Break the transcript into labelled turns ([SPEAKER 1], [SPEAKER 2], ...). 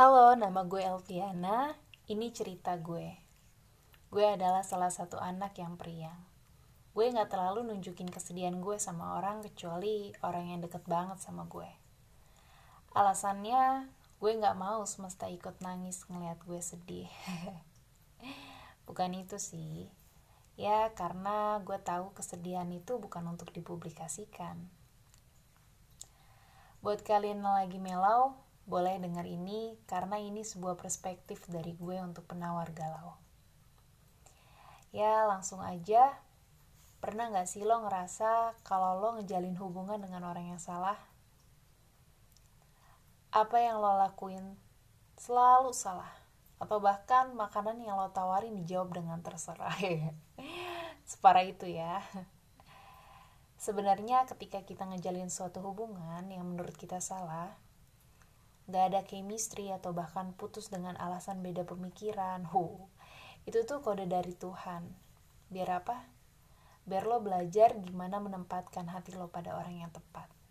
[SPEAKER 1] Halo, nama gue Elviana. Ini cerita gue. Gue adalah salah satu anak yang periang. Gue gak terlalu nunjukin kesedihan gue sama orang kecuali orang yang deket banget sama gue. Alasannya, gue gak mau semesta ikut nangis ngeliat gue sedih. Bukan itu sih. Ya, karena gue tahu kesedihan itu bukan untuk dipublikasikan. Buat kalian yang lagi melau, boleh dengar ini karena ini sebuah perspektif dari gue untuk penawar galau. Ya langsung aja, pernah gak sih lo ngerasa kalau lo ngejalin hubungan dengan orang yang salah? Apa yang lo lakuin selalu salah? Atau bahkan makanan yang lo tawarin dijawab dengan terserah. Separah itu ya. Sebenarnya ketika kita ngejalin suatu hubungan yang menurut kita salah, gak ada chemistry atau bahkan putus dengan alasan beda pemikiran. Itu tuh kode dari Tuhan. Biar apa? Biar lo belajar gimana menempatkan hati lo pada orang yang tepat.